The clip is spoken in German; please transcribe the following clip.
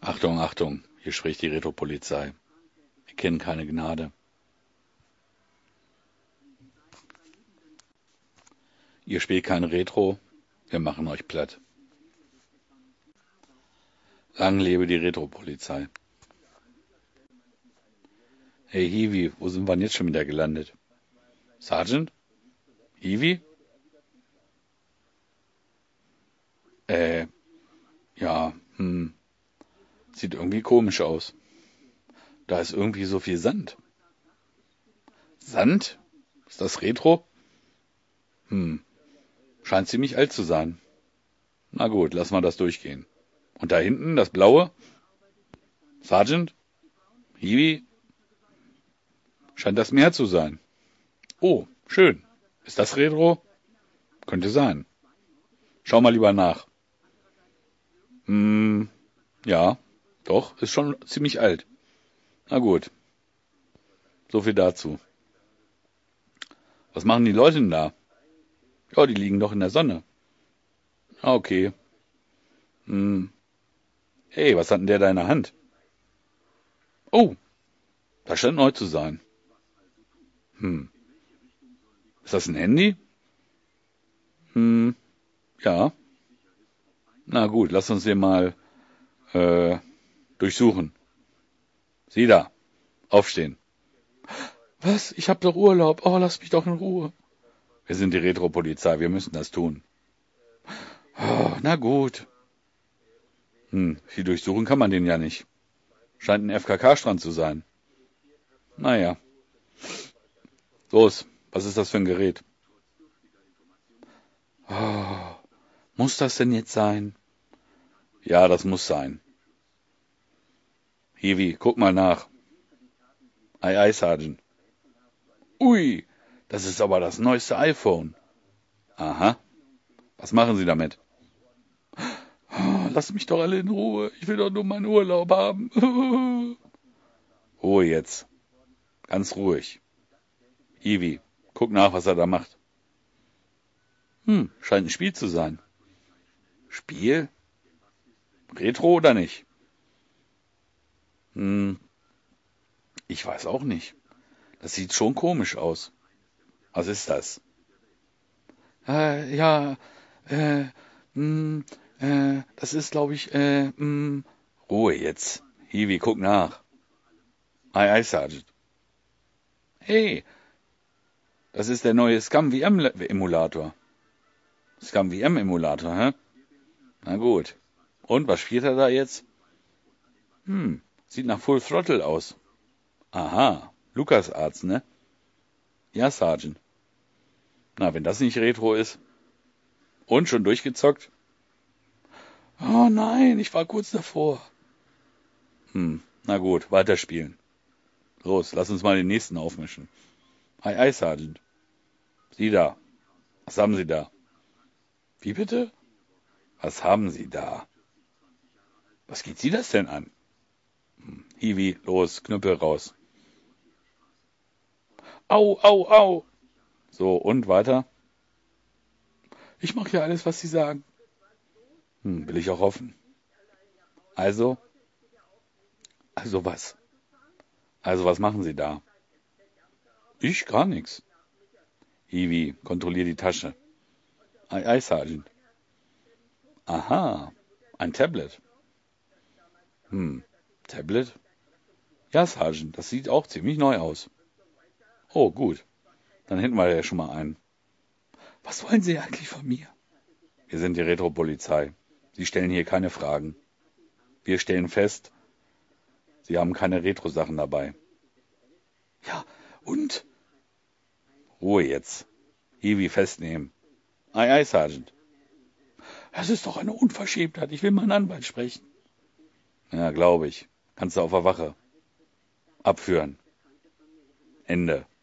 Achtung, Achtung, hier spricht die Retro-Polizei. Wir kennen keine Gnade. Ihr spielt kein Retro, wir machen euch platt. Lang lebe die Retro-Polizei. Hey Hiwi, wo sind wir denn jetzt schon wieder gelandet? Sergeant? Hiwi? Ja, sieht irgendwie komisch aus. Da ist irgendwie so viel Sand. Sand? Ist das Retro? Scheint ziemlich alt zu sein. Na gut, lass mal das durchgehen. Und da hinten, das Blaue? Sergeant? Hiwi? Scheint das Meer zu sein. Oh, schön. Ist das Retro? Könnte sein. Schau mal lieber nach. Ja, doch, ist schon ziemlich alt. Na gut, so viel dazu. Was machen die Leute denn da? Ja, die liegen doch in der Sonne. Ah, okay. Hey, was hat denn der da in der Hand? Oh, das scheint neu zu sein. Ist das ein Handy? Ja. Na gut, lass uns den mal durchsuchen. Sie da, aufstehen. Was? Ich hab doch Urlaub. Oh, lass mich doch in Ruhe. Wir sind die Retro-Polizei, wir müssen das tun. Oh, na gut. Viel durchsuchen kann man den ja nicht. Scheint ein FKK-Strand zu sein. Naja. Los, was ist das für ein Gerät? Oh, muss das denn jetzt sein? Ja, das muss sein. Hiwi, guck mal nach. Ei, ei, Sergeant. Ui, das ist aber das neueste iPhone. Aha. Was machen Sie damit? Oh, lasst mich doch alle in Ruhe. Ich will doch nur meinen Urlaub haben. Ruhe jetzt. Ganz ruhig. Hiwi, guck nach, was er da macht. Scheint ein Spiel zu sein. Spiel? Retro oder nicht? Ich weiß auch nicht. Das sieht schon komisch aus. Was ist das? Ja, das ist, glaube ich, Ruhe jetzt. Hiwi, guck nach. Ei, ei, Sergeant. Hey, das ist der neue Scum-VM-Emulator. Scum-VM-Emulator, hä? Na gut. Und, was spielt er da jetzt? Sieht nach Full Throttle aus. Aha, LucasArts, ne? Ja, Sergeant. Na, wenn das nicht Retro ist. Und, schon durchgezockt? Oh nein, ich war kurz davor. Na gut, weiterspielen. Los, lass uns mal den nächsten aufmischen. Ei, ei, Sergeant. Sie da. Was haben Sie da? Wie bitte? Was haben Sie da? Was geht Sie das denn an? Hiwi, los, Knüppel raus. Au, au, au. So, und weiter? Ich mache ja alles, was Sie sagen. Will ich auch hoffen. Also was? Also was machen Sie da? Ich gar nichts. Hiwi, kontrollier die Tasche. Ei, ei, Sergeant. Aha, ein Tablet. Tablet? Ja, Sergeant, das sieht auch ziemlich neu aus. Oh, gut. Dann hätten wir ja schon mal einen. Was wollen Sie eigentlich von mir? Wir sind die Retro-Polizei. Sie stellen hier keine Fragen. Wir stellen fest, Sie haben keine Retro-Sachen dabei. Ja, und? Ruhe jetzt. Hiwi festnehmen. Ei, ei, Sergeant. Das ist doch eine Unverschämtheit. Ich will meinen Anwalt sprechen. Ja, glaube ich. Kannst du auf der Wache. Abführen. Ende.